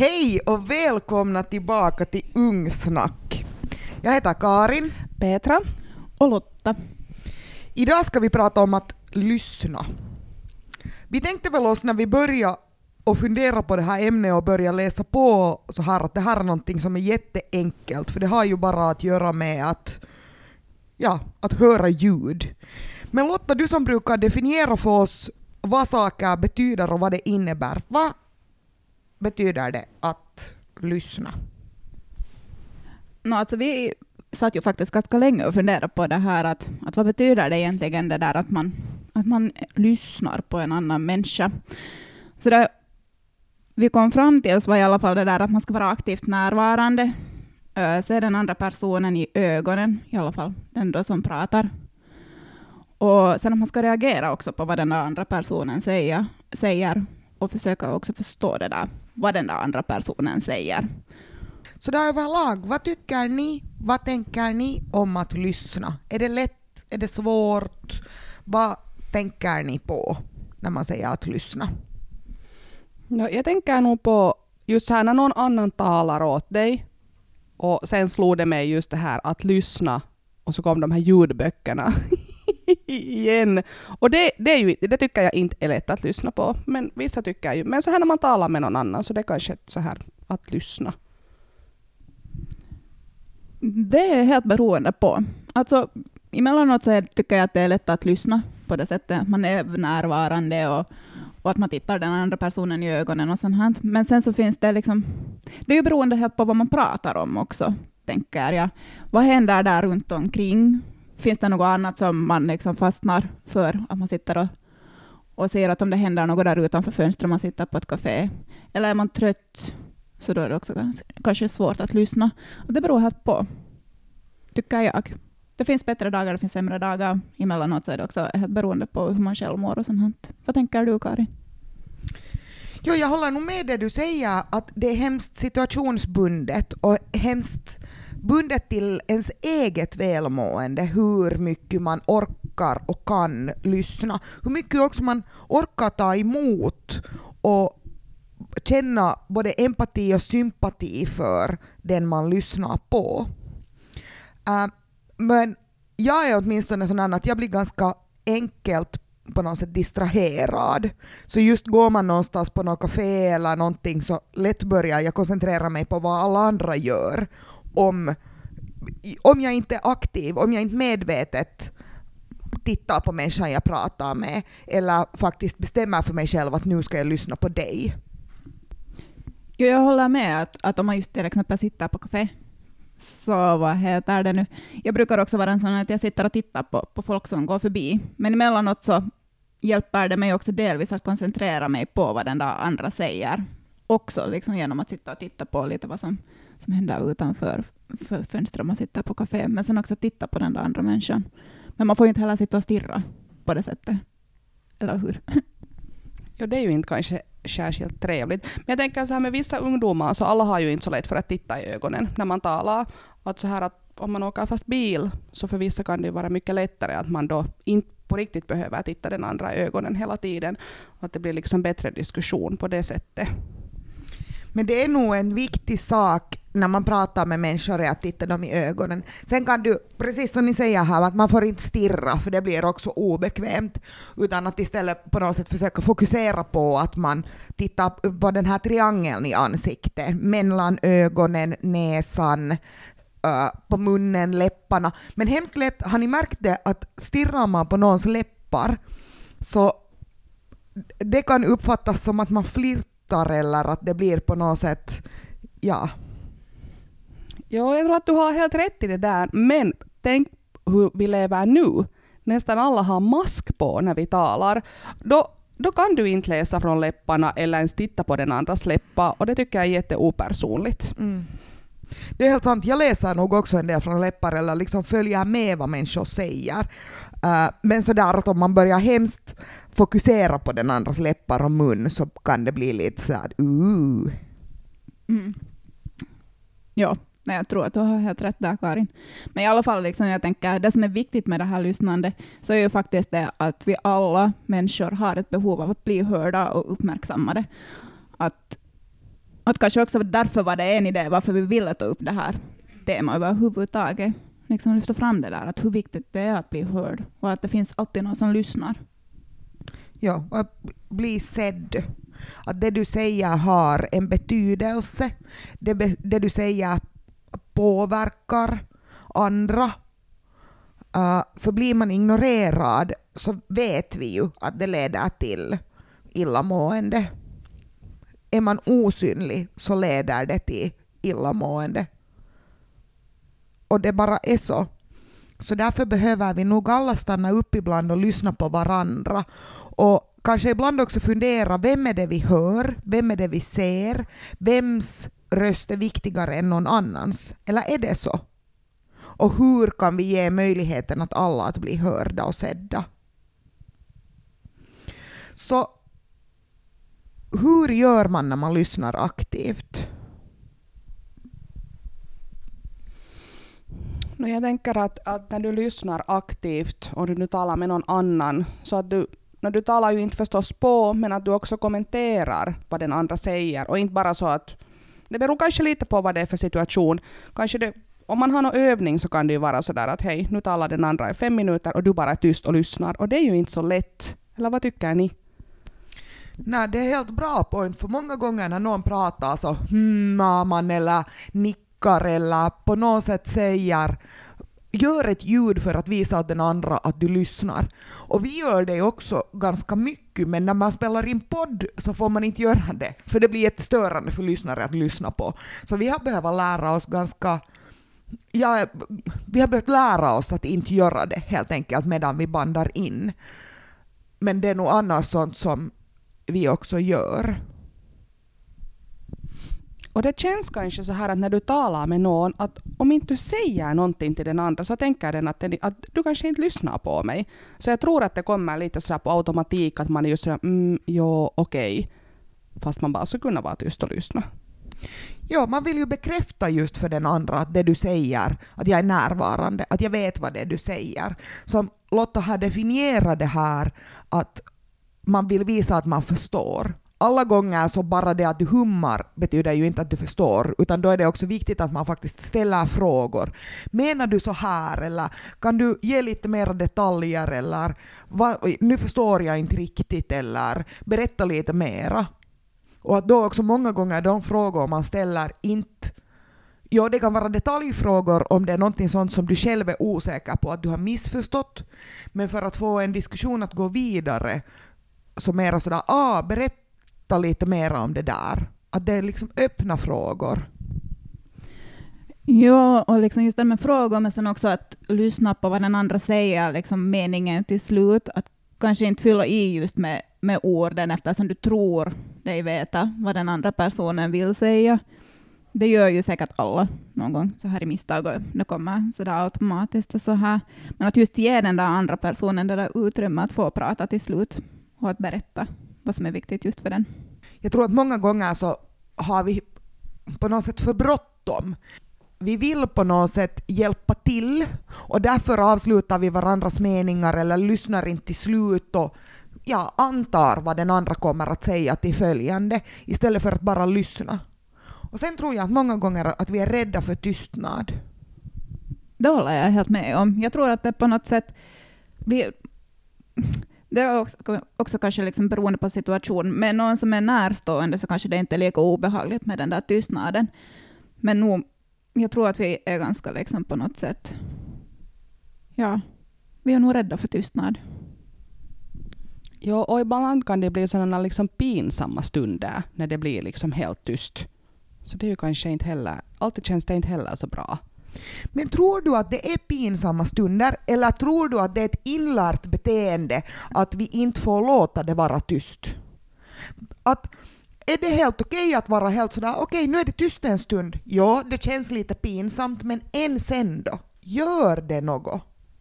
Hej och välkomna tillbaka till Ungsnack. Jag heter Karin. Petra och Lotta. Idag ska vi prata om att lyssna. Vi tänkte väl oss när vi började och fundera på det här ämnet och börja läsa på så här att det här är någonting som är jätteenkelt, för det har ju bara att göra med att höra ljud. Men Lotta, du som brukar definiera för oss vad saker betyder och vad det innebär. Vad betyder det att lyssna? Alltså vi satt ju faktiskt ganska länge och funderade på det här att vad betyder det egentligen det där att man lyssnar på en annan människa. Så det vi kom fram till var i alla fall det där att man ska vara aktivt närvarande, se den andra personen i ögonen, i alla fall den då som pratar. Och sen att man ska reagera också på vad den andra personen säger och försöka också förstå det där, vad den andra personen säger. Så där överlag, vad tycker ni, vad tänker ni om att lyssna? Är det lätt, är det svårt? Vad tänker ni på när man säger att lyssna? No, jag tänker nog på just här när någon annan talar åt dig och sen slog det mig just det här att lyssna och så kom de här ljudböckerna igen. Och det tycker jag inte är lätt att lyssna på, men vissa tycker ju. Men så här när man talar med någon annan så det är kanske så här att lyssna. Det är helt beroende på. Alltså emellanåt så tycker jag att det är lätt att lyssna på det sättet att man är närvarande och att man tittar den andra personen i ögonen och sånt här. Men sen så finns det liksom, det är ju beroende helt på vad man pratar om också, tänker jag. Vad händer där runt omkring? Finns det något annat som man liksom fastnar för? Att man sitter och ser att om det händer något där utanför fönstret, man sitter på ett café. Eller är man trött, så då är det också kanske svårt att lyssna. Och det beror helt på, tycker jag. Det finns bättre dagar, det finns sämre dagar. Emellanåt så är det också helt beroende på hur man själv mår och sånt. Vad tänker du, Karin? Jo, jag håller nog med det du säger, att det är hemskt situationsbundet och hemskt bundet till ens eget välmående, hur mycket man orkar och kan lyssna. Hur mycket också man orkar ta emot och känna både empati och sympati för den man lyssnar på. Men jag är åtminstone sån att jag blir ganska enkelt på något sätt distraherad. Så just går man någonstans på något café eller någonting så lätt börjar jag koncentrera mig på vad alla andra gör. Om jag inte är aktiv, om jag inte medvetet tittar på människan jag pratar med eller faktiskt bestämmer för mig själv att nu ska jag lyssna på dig. Jo, jag håller med att om man just till exempel sitter på café, så vad heter det nu? Jag brukar också vara en sån att jag sitter och tittar på folk som går förbi. Men emellanåt så hjälper det mig också delvis att koncentrera mig på vad den där andra säger. Också liksom genom att sitta och titta på lite vad som händer utanför fönstret man sitter på café. Men sen också titta på den där andra människan. Men man får ju inte heller sitta och stirra på det sättet. Eller hur? Ja, det är ju inte kanske särskilt trevligt. Men jag tänker så här med vissa ungdomar, så alla har ju inte så lätt för att titta i ögonen när man talar. Att så här att om man åker fast bil så för vissa kan det vara mycket lättare att man då inte på riktigt behöver titta den andra i ögonen hela tiden. Och att det blir liksom bättre diskussion på det sättet. Men det är nog en viktig sak när man pratar med människor att titta dem i ögonen. Sen kan du, precis som ni säger här, att man får inte stirra för det blir också obekvämt, utan att istället på något sätt försöka fokusera på att man tittar på den här triangeln i ansiktet, mellan ögonen, näsan, på munnen, läpparna. Men hemskt lätt, har ni märkt det, att stirrar man på någons läppar så det kan uppfattas som att man flirtar eller att det blir på något sätt, ja. Ja, jag tror att du har helt rätt i det där, men tänk hur vi lever nu. Nästan alla har mask på när vi talar. Då kan du inte läsa från läpparna eller ens titta på den andras läppar, och det tycker jag är jätteopersonligt. Mm. Det är helt sant, jag läser nog också en del från läppar eller liksom följer med vad människor säger. Men sådär att om man börjar hemskt fokusera på den andras läppar och mun så kan det bli lite så att Ja, nej, jag tror att du har helt rätt där, Karin. Men i alla fall, liksom, jag tänker, det som är viktigt med det här lyssnandet så är ju faktiskt det att vi alla människor har ett behov av att bli hörda och uppmärksammade. Att att kanske också därför var det en idé varför vi ville ta upp det här temat överhuvudtaget. Liksom lyfta fram det där, att hur viktigt det är att bli hörd och att det finns alltid någon som lyssnar. Ja, att bli sedd. Att det du säger har en betydelse. Det du säger påverkar andra. För blir man ignorerad så vet vi ju att det leder till illamående. Är man osynlig så leder det till illamående. Och det bara är så. Så därför behöver vi nog alla stanna upp ibland och lyssna på varandra. Och kanske ibland också fundera, vem är det vi hör? Vem är det vi ser? Vems röst är viktigare än någon annans? Eller är det så? Och hur kan vi ge möjligheten att alla att bli hörda och sedda? Så hur gör man när man lyssnar aktivt? Jag tänker att när du lyssnar aktivt och du nu talar med någon annan, så att när du talar ju inte förstås på, men att du också kommenterar vad den andra säger. Och inte bara så att, det beror kanske lite på vad det är för situation. Kanske om man har någon övning så kan det ju vara sådär att hej, nu talar den andra i 5 minuter och du bara är tyst och lyssnar. Och det är ju inte så lätt. Eller vad tycker ni? Nej, det är helt bra point. För många gånger när någon pratar så man eller nickar eller på något sätt säger, gör ett ljud för att visa åt den andra att du lyssnar. Och vi gör det också ganska mycket, men när man spelar in podd så får man inte göra det. För det blir jättestörande för lyssnare att lyssna på. Så vi har behövt lära oss vi har behövt lära oss att inte göra det helt enkelt medan vi bandar in. Men det är nog annars sånt som vi också gör. Och det känns kanske så här att när du talar med någon, att om inte du säger någonting till den andra så tänker den att du kanske inte lyssnar på mig. Så jag tror att det kommer lite så på automatik att man är just sådär, okej. Fast man bara skulle kunna vara tyst och lyssna. Ja, man vill ju bekräfta just för den andra att det du säger, att jag är närvarande, att jag vet vad det är du säger. Som Lotta har definierat det här, att man vill visa att man förstår. Alla gånger så bara det att du hummar betyder ju inte att du förstår, utan då är det också viktigt att man faktiskt ställer frågor. Menar du så här, eller kan du ge lite mer detaljer, eller nu förstår jag inte riktigt, eller berätta lite mera. Och att då också många gånger de frågor man ställer inte, ja, det kan vara detaljfrågor om det är någonting sånt som du själv är osäker på att du har missförstått, men för att få en diskussion att gå vidare så mera sådär, berätta lite mer om det där. Att det är liksom öppna frågor. Ja, och liksom just det med frågor, men sen också att lyssna på vad den andra säger, liksom meningen till slut. Att kanske inte fylla i just med orden eftersom du tror dig veta vad den andra personen vill säga. Det gör ju säkert alla någon gång så här i misstag och det kommer så där automatiskt och så här. Men att just ge den där andra personen det där utrymme att få prata till slut och att berätta vad som är viktigt just för den. Jag tror att många gånger så har vi på något sätt för bråttom. Vi vill på något sätt hjälpa till och därför avslutar vi varandras meningar eller lyssnar inte till slut och antar vad den andra kommer att säga till följande istället för att bara lyssna. Och sen tror jag att många gånger att vi är rädda för tystnad. Det håller jag helt med om. Jag tror att det på något sätt blir... Det är också kanske liksom beroende på situation. Med någon som är närstående så kanske det inte är lika obehagligt med den där tystnaden. Men nog, jag tror att vi är ganska liksom på något sätt... Ja, vi är nog rädda för tystnad. Ja, och ibland kan det bli sådana liksom pinsamma stunder när det blir liksom helt tyst. Så det är ju kanske inte heller, alltid känns det inte heller så bra. Men tror du att det är pinsamma stunder eller tror du att det är ett inlärt beteende att vi inte får låta det vara tyst? Är det helt okej att vara helt sådär, okej, nu är det tyst en stund. Ja, det känns lite pinsamt, men än sen då? Gör det något?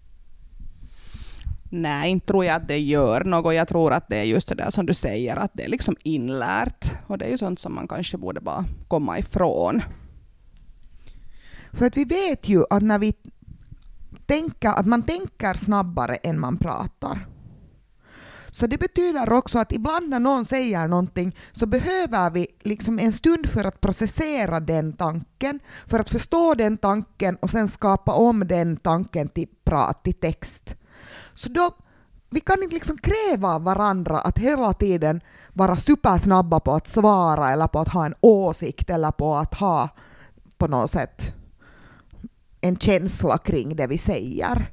Nej, inte tror jag att det gör något. Jag tror att det är just det där som du säger, att det är liksom inlärt. Och det är ju sånt som man kanske borde bara komma ifrån. För att vi vet ju att när vi tänker, att man tänker snabbare än man pratar. Så det betyder också att ibland när någon säger någonting så behöver vi liksom en stund för att processera den tanken, för att förstå den tanken och sen skapa om den tanken till prat, till text. Så då, vi kan inte liksom kräva av varandra att hela tiden vara supersnabba på att svara eller på att ha en åsikt eller på att ha på något sätt en känsla kring det vi säger.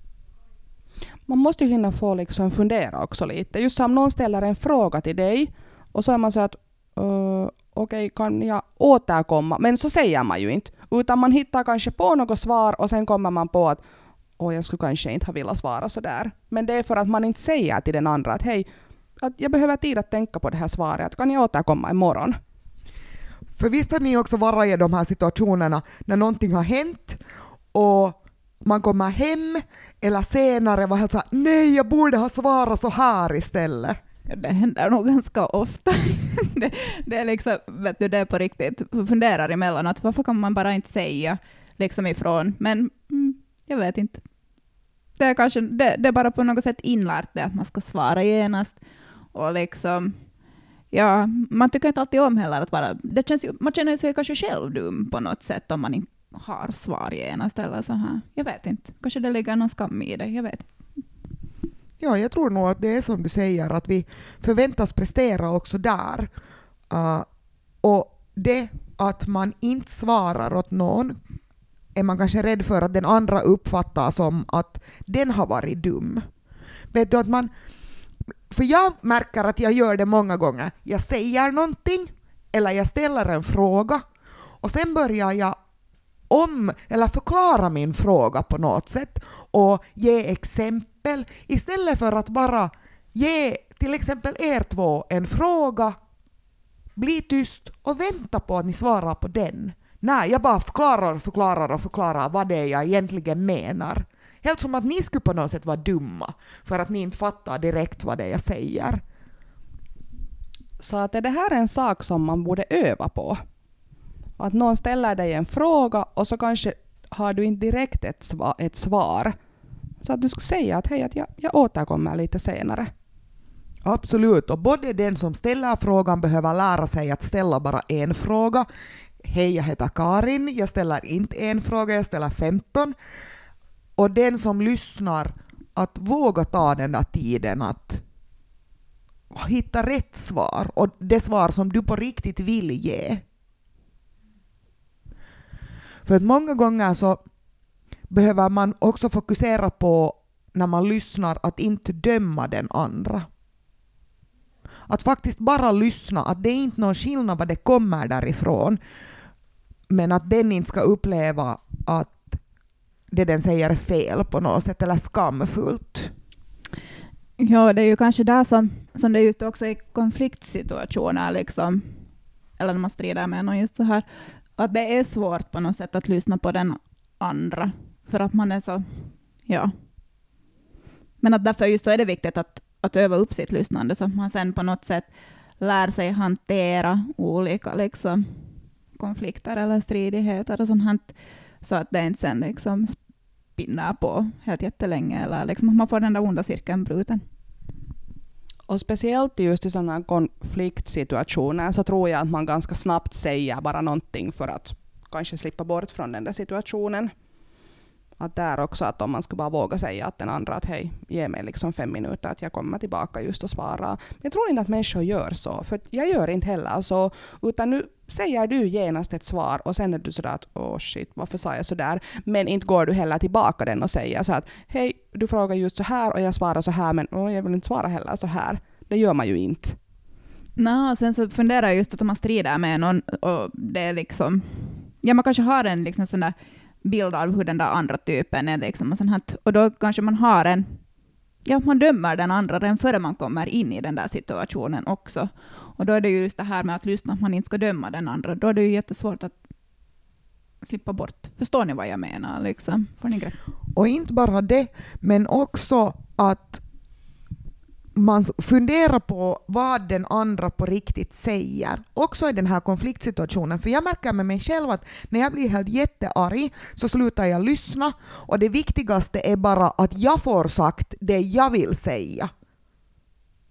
Man måste ju hinna få liksom fundera också lite. Just som någon ställer en fråga till dig och så är man så att okej, kan jag återkomma? Men så säger man ju inte. Utan man hittar kanske på något svar och sen kommer man på att jag skulle kanske inte ha velat svara så där. Men det är för att man inte säger till den andra att hej, att jag behöver tid att tänka på det här svaret. Kan jag återkomma imorgon? För visst har ni också varit i de här situationerna när någonting har hänt och man kommer hem eller senare var helt så här, nej, jag borde ha svarat så här istället. Det händer nog ganska ofta. det är liksom, vet du, det är på riktigt. Funderar emellan att varför kan man bara inte säga liksom ifrån. Men jag vet inte. Det är kanske det är bara på något sätt inlärt det att man ska svara genast. Och liksom, ja, man tycker inte alltid om heller att vara, man känner sig kanske själv dum på något sätt om man inte har svar genast eller så här. Jag vet inte. Kanske det ligger någon skam i det. Jag vet. Ja, jag tror nog att det är som du säger att vi förväntas prestera också där. Och det att man inte svarar åt någon är man kanske rädd för att den andra uppfattar som att den har varit dum. Vet du att man... För jag märker att jag gör det många gånger. Jag säger någonting eller jag ställer en fråga och sen börjar jag eller förklara min fråga på något sätt och ge exempel istället för att bara ge till exempel er två en fråga, bli tyst och vänta på att ni svarar på den. Nej, jag bara förklarar vad det är jag egentligen menar. Helt som att ni skulle på något sätt vara dumma för att ni inte fattar direkt vad det är jag säger. Så att är det här en sak som man borde öva på? Att någon ställer dig en fråga och så kanske har du inte direkt ett svar. Så att du skulle säga att hej, att jag återkommer lite senare. Absolut, och både den som ställer frågan behöver lära sig att ställa bara en fråga. Hej, jag heter Karin, jag ställer inte en fråga, jag ställer 15. Och den som lyssnar att våga ta den där tiden att hitta rätt svar och det svar som du på riktigt vill ge. För att många gånger så behöver man också fokusera på när man lyssnar att inte döma den andra. Att faktiskt bara lyssna, att det är inte någon skillnad vad det kommer därifrån. Men att den inte ska uppleva att det den säger är fel på något sätt eller skamfullt. Ja, det är ju kanske där som det är just också i konfliktsituationer liksom, eller när man strider med någon just så här, att det är svårt på något sätt att lyssna på den andra för att man är så, ja. Men att därför just då är det viktigt att öva upp sitt lyssnande så att man sen på något sätt lär sig hantera olika liksom konflikter eller stridigheter och sånt här, så att det inte sen liksom spinner på helt jättelänge eller liksom att man får den där onda cirkeln bruten. Och speciellt just i sådana konfliktsituationer så tror jag att man ganska snabbt säger bara någonting för att kanske slippa bort från den där situationen. Att där också att om man skulle bara våga säga att den andra att hej, ge mig liksom 5 minuter att jag kommer tillbaka just och svara. Men jag tror inte att människor gör så, för jag gör inte heller så, utan nu säger du genast ett svar och sen är du sådär att shit, varför sa jag sådär? Men inte går du heller tillbaka den och säger så att hej, du frågar just så här och jag svarar så här, men jag vill inte svara heller så här. Det gör man ju inte. Sen så funderar jag just att om man strider med någon och det är liksom, ja man kanske har en liksom sån där bild av hur den där andra typen är liksom och sånt här, och då kanske man har man dömer den andra redan före man kommer in i den där situationen också. Och då är det ju just det här med att lyssna, att man inte ska döma den andra. Då är det ju jättesvårt att slippa bort. Förstår ni vad jag menar liksom? Får ni grepp? Och inte bara det, men också att man funderar på vad den andra på riktigt säger. Också i den här konfliktsituationen. För jag märker med mig själv att när jag blir helt jättearg så slutar jag lyssna. Och det viktigaste är bara att jag får sagt det jag vill säga.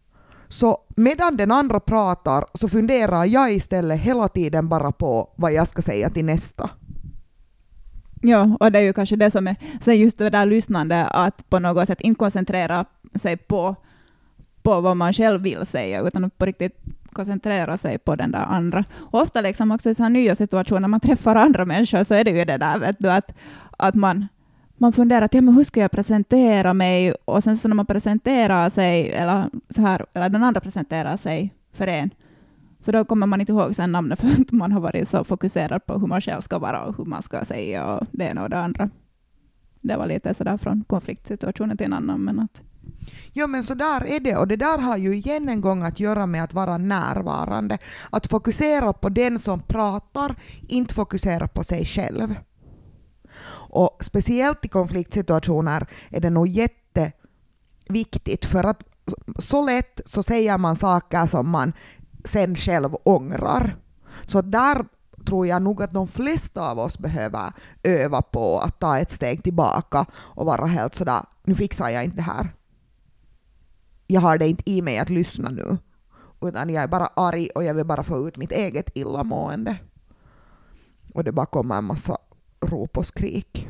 Så medan den andra pratar så funderar jag istället hela tiden bara på vad jag ska säga till nästa. Ja, och det är ju kanske det som är så just det där lyssnande, att på något sätt inte koncentrera sig på vad man själv vill säga, utan på riktigt koncentrera sig på den där andra. Och ofta liksom också i så här nya situationer, när man träffar andra människor, så är det ju det där, vet du, att man funderar att men hur ska jag presentera mig, och sen så när man presenterar sig eller den andra presenterar sig för en, så då kommer man inte ihåg sen namnet, för att man har varit så fokuserad på hur man själv ska vara och hur man ska säga och det ena och det andra. Det var lite sådär från konfliktsituationen till en annan, men att Ja, men så där är det, och det där har ju igen en gång att göra med att vara närvarande. Att fokusera på den som pratar, inte fokusera på sig själv. Och speciellt i konfliktsituationer är det nog jätteviktigt, för att så lätt så säger man saker som man sen själv ångrar. Så där tror jag nog att de flesta av oss behöver öva på att ta ett steg tillbaka och vara helt sådär, nu fixar jag inte det här. Jag har det inte i mig att lyssna nu, utan jag är bara arg och jag vill bara få ut mitt eget illamående. Och det bara kommer en massa rop och skrik.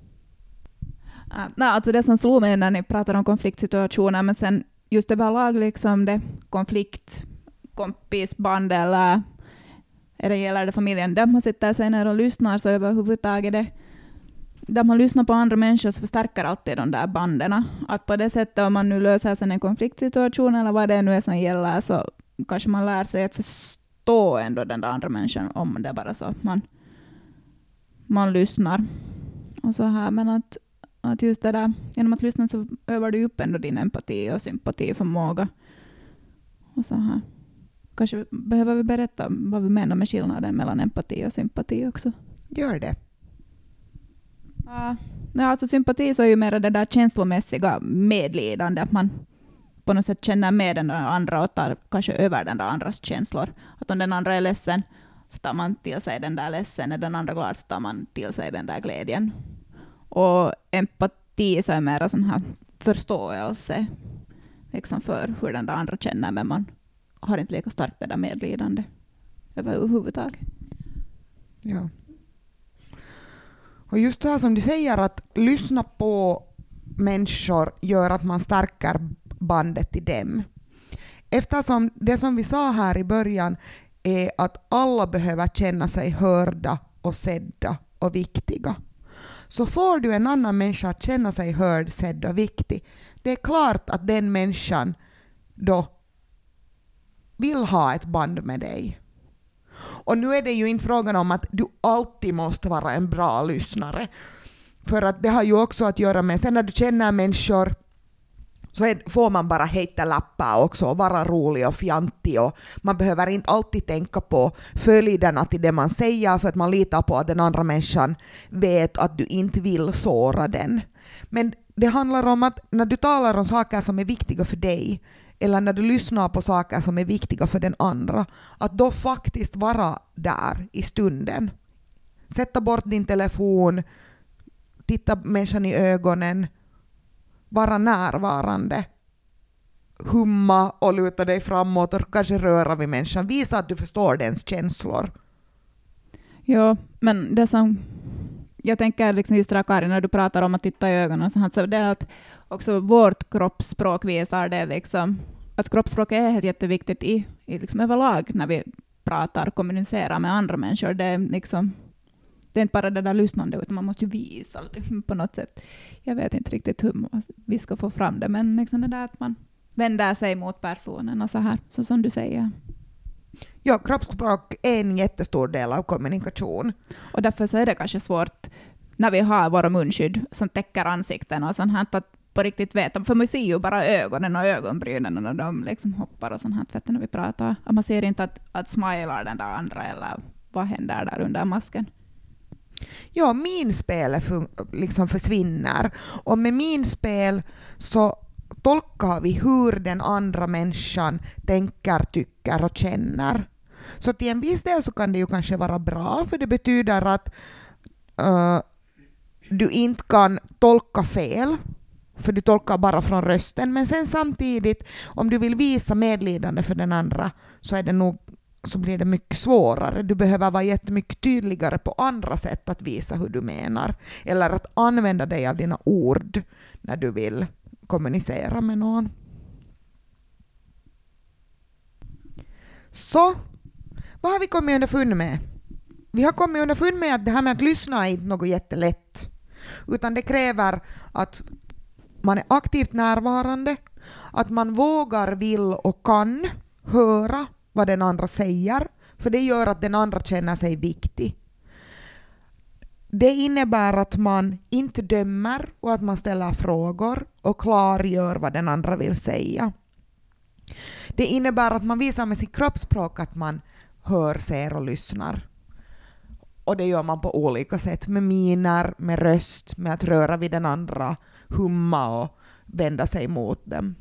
Nej, alltså det som slog mig när ni pratar om konfliktsituationer, men sen just överlag liksom det kompisband eller gäller det familjen, där man sitter sig ner och lyssnar, så överhuvudtaget det där man lyssnar på andra människor, så förstärker alltid de där banden. Att på det sättet, om man nu löser sig en konfliktsituation eller vad det nu är som gäller, så kanske man lär sig att förstå ändå den där andra människan, om det är bara så att man lyssnar. Och så här, men att just det där, genom att lyssna så övar du upp ändå din empati och sympatiförmåga. Och så här. Kanske behöver vi berätta vad vi menar med skillnaden mellan empati och sympati också. Gör det. Ja, alltså sympati så är ju mer det där känslomässiga medlidande, att man på något sätt känner med den andra och tar kanske över den där andras känslor. Att om den andra är ledsen så tar man till sig den där ledsen, är den andra glad så tar man till sig den där glädjen. Och empati så är mer sån här förståelse liksom för hur den där andra känner, men man har inte lika starkt det där medlidande överhuvudtaget. Ja. Och just så här som du säger, att lyssna på människor gör att man stärker bandet till dem. Eftersom det som vi sa här i början är att alla behöver känna sig hörda och sedda och viktiga. Så får du en annan människa att känna sig hörd, sedd och viktig, det är klart att den människan då vill ha ett band med dig. Och nu är det ju inte frågan om att du alltid måste vara en bra lyssnare. För att det har ju också att göra med, sen när du känner människor så får man bara hejta lappar också och vara rolig och fjantig. Och man behöver inte alltid tänka på följderna till det man säger, för att man litar på att den andra människan vet att du inte vill såra den. Men det handlar om att när du talar om saker som är viktiga för dig, eller när du lyssnar på saker som är viktiga för den andra, att då faktiskt vara där i stunden. Sätta bort din telefon, titta människan i ögonen, vara närvarande, humma och luta dig framåt och kanske röra vid människan. Visa att du förstår dens känslor. Ja, men det som jag tänker liksom just där, Karin, när du pratar om att titta i ögonen och så det är att också vårt kroppsspråk visar det liksom, att kroppsspråk är jätteviktigt i liksom överlag när vi pratar, kommunicerar med andra människor. Det är liksom, det är inte bara det där lyssnande, utan man måste ju visa på något sätt. Jag vet inte riktigt hur vi ska få fram det, men liksom det där att man vänder sig mot personen och så här, så som du säger. Ja, kroppsspråk är en jättestor del av kommunikation. Och därför så är det kanske svårt när vi har våra munskydd som täcker ansikten och sånt här, att på riktigt veta. För man ser ju bara ögonen och ögonbrynen när de liksom hoppar och sånt här när vi pratar. Och man ser inte att smilar den där andra eller vad händer där under masken. Ja, minspel liksom försvinner. Och med minspel så tolkar vi hur den andra människan tänker, tycker och känner. Så till en viss del så kan det ju kanske vara bra, för det betyder att du inte kan tolka fel. för du tolkar bara från rösten. Men sen samtidigt, om du vill visa medlidande för den andra, så blir det mycket svårare. Du behöver vara jättemycket tydligare på andra sätt att visa hur du menar. Eller att använda dig av dina ord när du vill kommunicera med någon. Så, vad har vi kommit underfund med? Vi har kommit underfund med att det här med att lyssna är inte något jättelätt. Utan det kräver att man är aktivt närvarande, att man vågar, vill och kan höra vad den andra säger, för det gör att den andra känner sig viktig. Det innebär att man inte dömer och att man ställer frågor och klargör vad den andra vill säga. Det innebär att man visar med sitt kroppsspråk att man hör, ser och lyssnar. Och det gör man på olika sätt, med miner, med röst, med att röra vid den andra, humma och vända sig mot dem.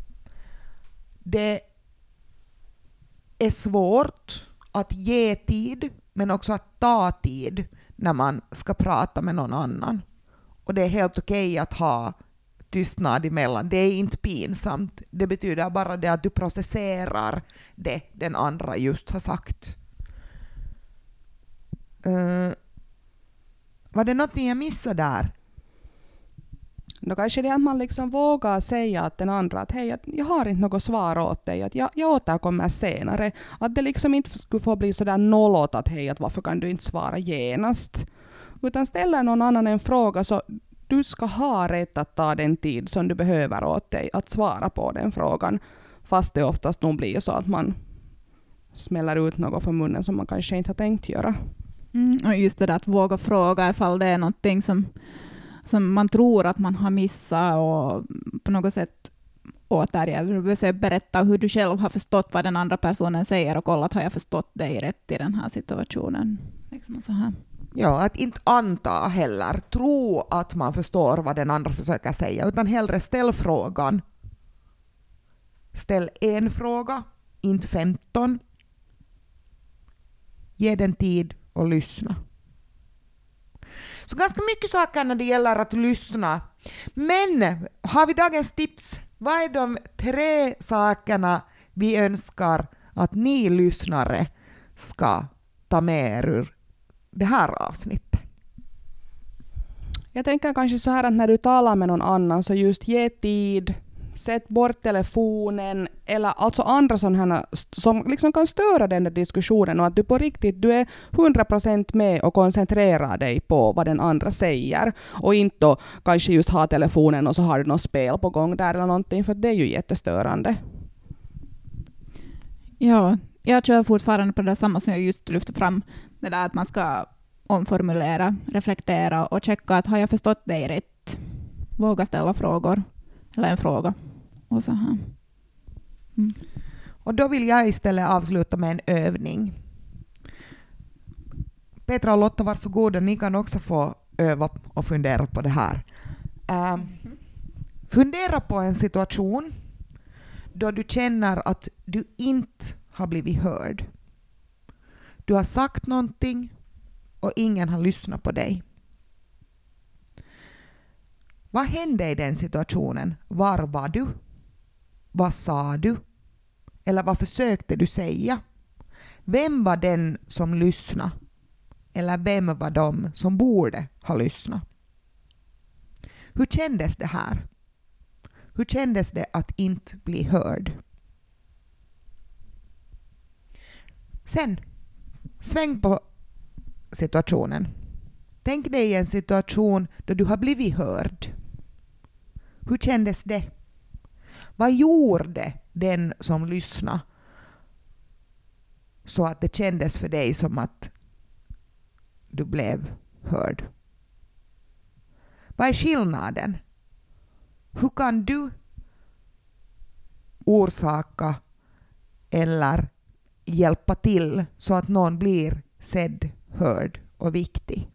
Det är svårt att ge tid, men också att ta tid när man ska prata med någon annan. Och det är helt okej att ha tystnad emellan. Det är inte pinsamt. Det betyder bara det att du processerar det den andra just har sagt. Var det något jag missade där? Då kanske det är att man liksom vågar säga att den andra att hej, jag har inte något svar åt dig, att jag återkommer senare. Att det liksom inte skulle få bli sådär nollåt att hej, att varför kan du inte svara genast? Utan ställer någon annan en fråga så du ska ha rätt att ta den tid som du behöver åt dig att svara på den frågan. Fast det oftast nog blir så att man smäller ut något från munnen som man kanske inte har tänkt göra. Och just det där att våga fråga ifall det är någonting som man tror att man har missat och på något sätt återge, berätta hur du själv har förstått vad den andra personen säger och kolla att har jag förstått dig rätt i den här situationen. Liksom så här. Ja, att inte anta heller, tro att man förstår vad den andra försöker säga, utan hellre ställ frågan. Ställ en fråga, inte 15. Ge den tid och lyssna. Så ganska mycket saker när det gäller att lyssna. Men har vi dagens tips? Vad är de 3 sakerna vi önskar att ni lyssnare ska ta med er ur det här avsnittet? Jag tänker kanske så här att när du talar med någon annan så just ge tid, sätt bort telefonen eller alltså andra sådana som liksom kan störa den där diskussionen och att du på riktigt du är 100% med och koncentrerar dig på vad den andra säger och inte då kanske just ha telefonen och så har du något spel på gång där eller någonting, för det är ju jättestörande. Ja, jag kör fortfarande på det samma som jag just lyfte fram, det där att man ska omformulera, reflektera och checka att har jag förstått dig rätt? Våga ställa frågor eller en fråga. Och så här. Och då vill jag istället avsluta med en övning. Petra och Lotta, varsågoda. Ni kan också få öva och fundera på det här. Fundera på en situation då du känner att du inte har blivit hörd. Du har sagt någonting och ingen har lyssnat på dig. Vad hände i den situationen? Var var du? Vad sa du? Eller vad försökte du säga? Vem var den som lyssnade? Eller vem var de som borde ha lyssnat? Hur kändes det här? Hur kändes det att inte bli hörd? Sen, sväng på situationen. Tänk dig en situation då du har blivit hörd. Hur kändes det? Vad gjorde den som lyssnade så att det kändes för dig som att du blev hörd? Vad är skillnaden? Hur kan du orsaka eller hjälpa till så att någon blir sedd, hörd och viktig?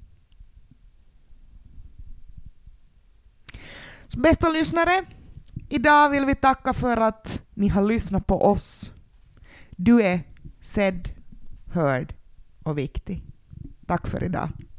Så bästa lyssnare, idag vill vi tacka för att ni har lyssnat på oss. Du är sedd, hörd och viktig. Tack för idag.